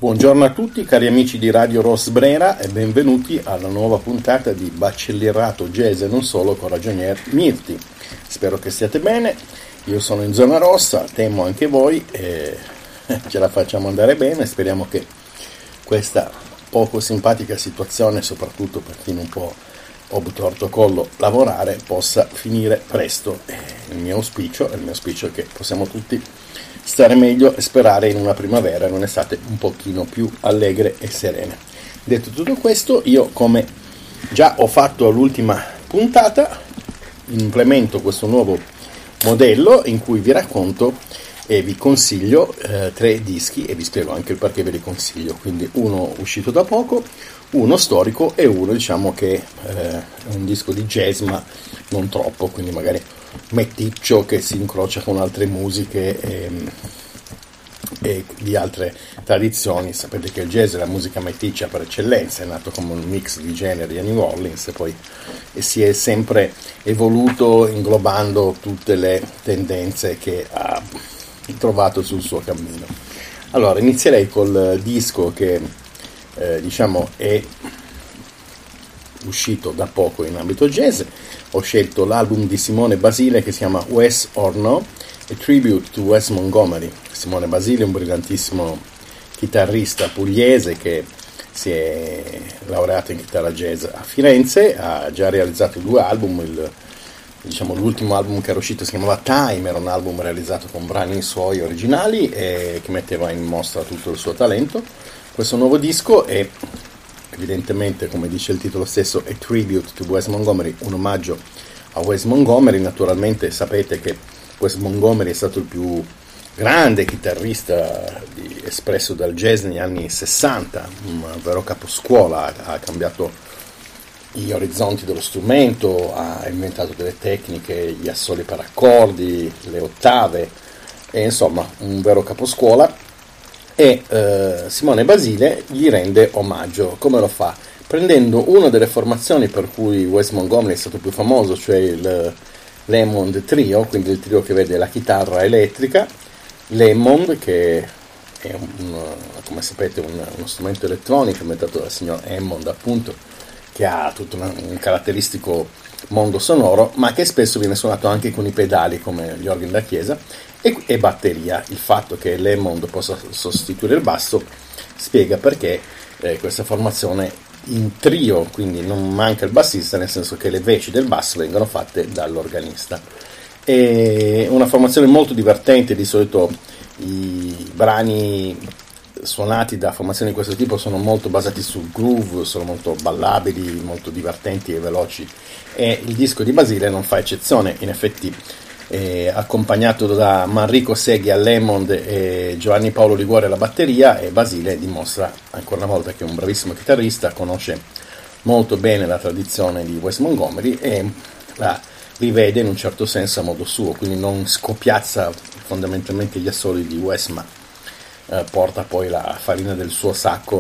Buongiorno a tutti cari amici di Radio Ros Brera e benvenuti alla nuova puntata di Baccellierato Jazz e non solo con Ragionier Mirti. Spero che stiate bene, io sono in zona rossa, temo anche voi e ce la facciamo andare bene. Speriamo che questa poco simpatica situazione, soprattutto per chi non può obtorto collo lavorare, possa finire presto. Il mio auspicio è che possiamo tutti stare meglio e sperare in una primavera e un'estate un pochino più allegre e serene. Detto tutto questo, io, come già ho fatto all'ultima puntata, implemento questo nuovo modello in cui vi racconto e vi consiglio 3 dischi e vi spiego anche il perché ve li consiglio. Quindi uno uscito da poco, uno storico e uno diciamo che è un disco di jazz ma non troppo, quindi magari metticcio che si incrocia con altre musiche e di altre tradizioni. Sapete che il jazz è la musica meticcia per eccellenza, è nato come un mix di generi a New Orleans e poi si è sempre evoluto inglobando tutte le tendenze che ha trovato sul suo cammino. Allora inizierei col disco che diciamo è uscito da poco in ambito jazz. Ho scelto l'album di Simone Basile che si chiama Wes or No, a tribute to Wes Montgomery. Simone Basile è un brillantissimo chitarrista pugliese che si è laureato in chitarra jazz a Firenze, ha già realizzato 2 album, l'ultimo album che era uscito si chiamava Time, era un album realizzato con brani suoi originali e che metteva in mostra tutto il suo talento. Questo nuovo disco è evidentemente, come dice il titolo stesso, a tribute to Wes Montgomery, un omaggio a Wes Montgomery. Naturalmente sapete che Wes Montgomery è stato il più grande chitarrista espresso dal jazz negli anni 60, un vero caposcuola, ha cambiato gli orizzonti dello strumento, ha inventato delle tecniche, gli assoli per accordi, le ottave, e insomma un vero caposcuola. E Simone Basile gli rende omaggio. Come lo fa? Prendendo una delle formazioni per cui Wes Montgomery è stato più famoso, cioè il Lemond Trio, quindi il trio che vede la chitarra elettrica, Lemond, che è come sapete uno strumento elettronico inventato dal signor Hammond, appunto, che ha tutto un caratteristico mondo sonoro, ma che spesso viene suonato anche con i pedali come gli organi da chiesa, e batteria. Il fatto che l'Hammond possa sostituire il basso spiega perché questa formazione in trio, quindi non manca il bassista, nel senso che le veci del basso vengono fatte dall'organista. È una formazione molto divertente. Di solito i brani suonati da formazioni di questo tipo sono molto basati sul groove, sono molto ballabili, molto divertenti e veloci, e il disco di Basile non fa eccezione. In effetti accompagnato da Manrico Seghi all'Hammond e Giovanni Paolo Liguori alla batteria, e Basile dimostra ancora una volta che è un bravissimo chitarrista, conosce molto bene la tradizione di Wes Montgomery e la rivede in un certo senso a modo suo, quindi non scopiazza fondamentalmente gli assoli di Wes, ma porta poi la farina del suo sacco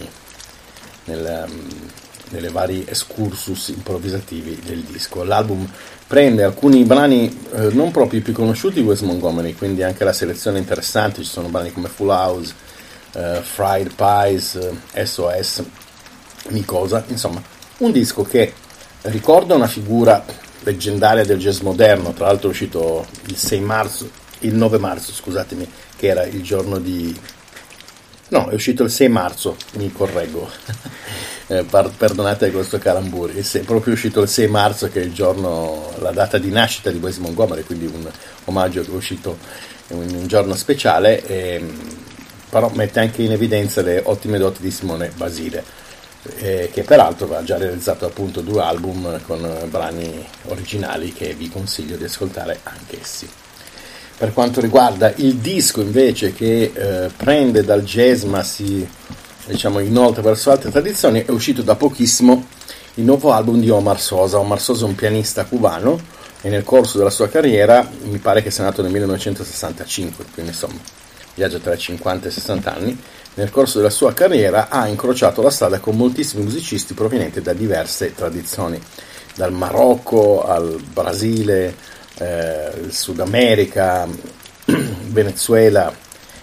nelle vari excursus improvvisativi del disco. L'album prende alcuni brani non proprio i più conosciuti di Wes Montgomery, quindi anche la selezione è interessante. Ci sono brani come Full House, Fried Pies, SOS, Nicosa, insomma un disco che ricorda una figura leggendaria del jazz moderno. Tra l'altro è uscito il 9 marzo, scusatemi, che era il giorno è uscito il 6 marzo, mi correggo, perdonate questo calambur, è proprio uscito il 6 marzo che è il giorno, la data di nascita di Wes Montgomery, quindi un omaggio che è uscito in un giorno speciale, però mette anche in evidenza le ottime doti di Simone Basile, che peraltro ha già realizzato appunto 2 album con brani originali che vi consiglio di ascoltare anch'essi. Per quanto riguarda il disco invece che prende dal jazz ma si inoltre verso altre tradizioni, è uscito da pochissimo il nuovo album di Omar Sosa. Omar Sosa è un pianista cubano e nel corso della sua carriera, mi pare che sia nato nel 1965, quindi insomma viaggia tra i 50 e i 60 anni, nel corso della sua carriera ha incrociato la strada con moltissimi musicisti provenienti da diverse tradizioni, dal Marocco al Brasile, il Sud America, Venezuela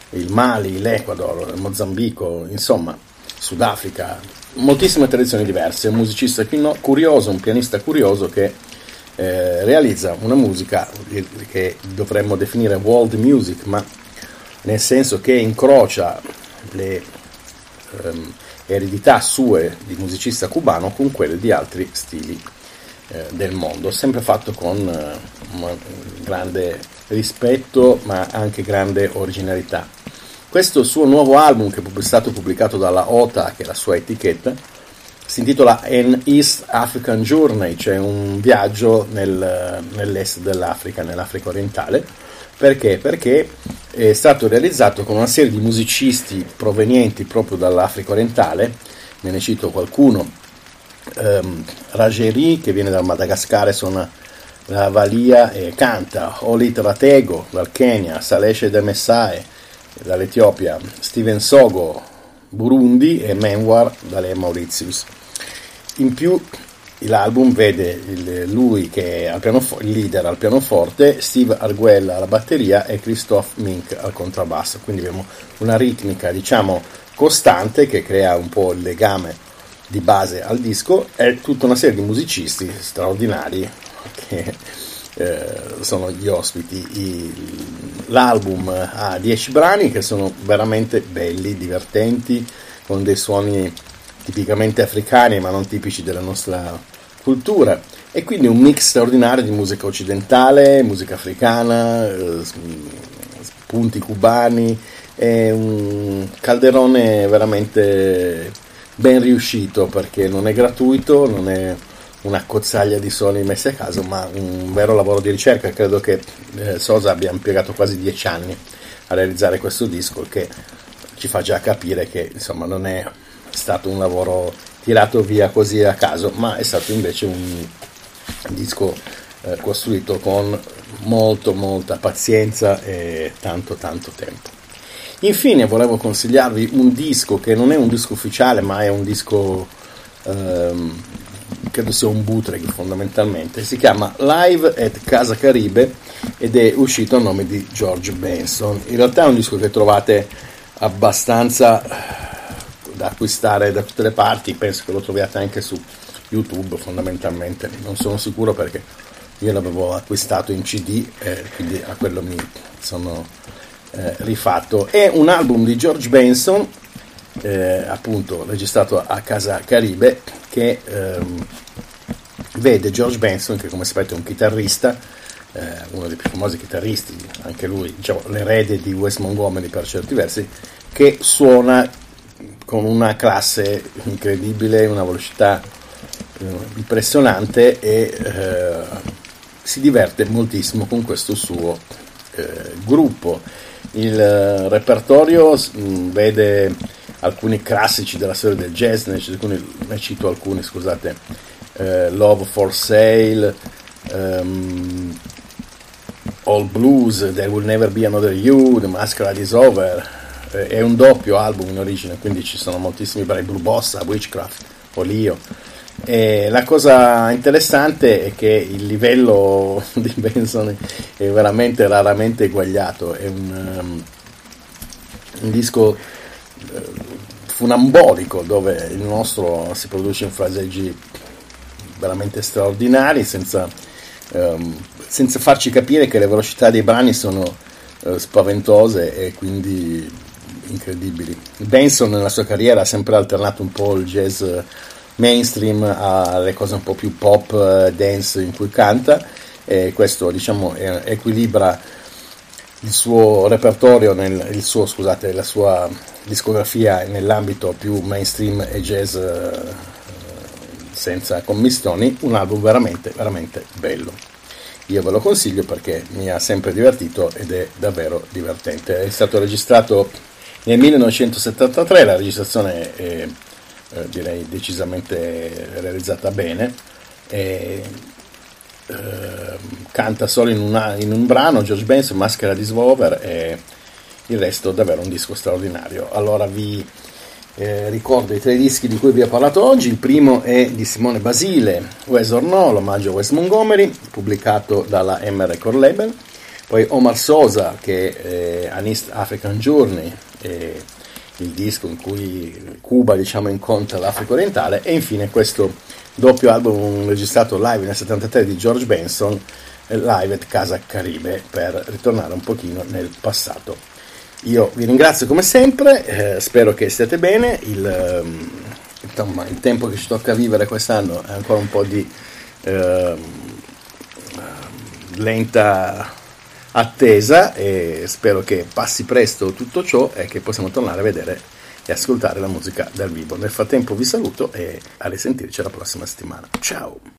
il Mali, l'Ecuador, il Mozambico, insomma, Sudafrica, moltissime tradizioni diverse. È un musicista curioso, un pianista curioso che realizza una musica che dovremmo definire world music, ma nel senso che incrocia le eredità sue di musicista cubano con quelle di altri stili del mondo, sempre fatto con grande rispetto ma anche grande originalità. Questo suo nuovo album, che è stato pubblicato dalla OTA, che è la sua etichetta, si intitola An East African Journey, cioè un viaggio nell'est dell'Africa, nell'Africa orientale. Perché? Perché è stato realizzato con una serie di musicisti provenienti proprio dall'Africa orientale. Ne cito qualcuno: Rajeri, che viene dal Madagascar, suona la valia e canta; Olit Ratego dal Kenya, Saleshe Demessae dall'Etiopia, Steven Sogo Burundi e Menwar dalle Mauritius. In più l'album vede lui che è il leader al pianoforte, Steve Arguella alla batteria e Christophe Mink al contrabbasso, quindi abbiamo una ritmica diciamo costante che crea un po' il legame di base al disco, e tutta una serie di musicisti straordinari che sono gli ospiti. L'album ha 10 brani che sono veramente belli, divertenti, con dei suoni tipicamente africani ma non tipici della nostra cultura, e quindi un mix straordinario di musica occidentale, musica africana, punti cubani, è un calderone veramente ben riuscito, perché non è gratuito, non è una cozzaglia di suoni messi a caso, ma un vero lavoro di ricerca. Credo che Sosa abbia impiegato quasi 10 anni a realizzare questo disco, che ci fa già capire che insomma non è stato un lavoro tirato via così a caso, ma è stato invece un disco costruito con molta pazienza e tanto tempo. Infine volevo consigliarvi un disco che non è un disco ufficiale, ma è un disco credo sia un bootleg fondamentalmente. Si chiama Live at Casa Caribe ed è uscito a nome di George Benson. In realtà è un disco che trovate abbastanza da acquistare da tutte le parti, penso che lo troviate anche su YouTube fondamentalmente, non sono sicuro perché io l'avevo acquistato in CD, quindi a quello mi sono rifatto. È un album di George Benson, appunto registrato a Casa Caribe, che vede George Benson, che come sapete è un chitarrista, uno dei più famosi chitarristi, anche lui diciamo l'erede di Wes Montgomery per certi versi, che suona con una classe incredibile, una velocità impressionante, e si diverte moltissimo con questo suo gruppo. Il repertorio vede alcuni classici della storia del jazz, ne cito alcuni, scusate: Love for Sale, All Blues, There Will Never Be Another You, The Masquerade Is Over. È un doppio album in origine, quindi ci sono moltissimi brani: Blue Bossa, Witchcraft, Olio. E la cosa interessante è che il livello di Benson è veramente raramente eguagliato. È un disco funambolico, dove il nostro si produce in fraseggi veramente straordinari, senza farci capire che le velocità dei brani sono spaventose e quindi incredibili. Benson nella sua carriera ha sempre alternato un po' il jazz mainstream alle cose un po' più pop, dance in cui canta, e questo diciamo equilibra il suo repertorio, la sua discografia nell'ambito più mainstream e jazz senza commistoni. Un album veramente bello, io ve lo consiglio perché mi ha sempre divertito ed è davvero divertente. È stato registrato nel 1973, la registrazione è direi decisamente realizzata bene, e canta solo in un brano George Benson, Masquerade Is Over, e il resto davvero un disco straordinario. Allora vi ricordo i 3 dischi di cui vi ho parlato oggi. Il primo è di Simone Basile, Wes or No, l'omaggio a Wes Montgomery, pubblicato dalla M Record Label. poi Omar Sosa che è An East African Journey, il disco in cui Cuba diciamo incontra l'Africa orientale, e infine questo doppio album registrato live nel 73 di George Benson, Live at Casa Caribe, per ritornare un pochino nel passato. Io vi ringrazio come sempre, spero che stiate bene. Insomma, il tempo che ci tocca vivere quest'anno è ancora un po' di lenta attesa, e spero che passi presto tutto ciò e che possiamo tornare a vedere e ascoltare la musica dal vivo. Nel frattempo vi saluto e a risentirci la prossima settimana. Ciao!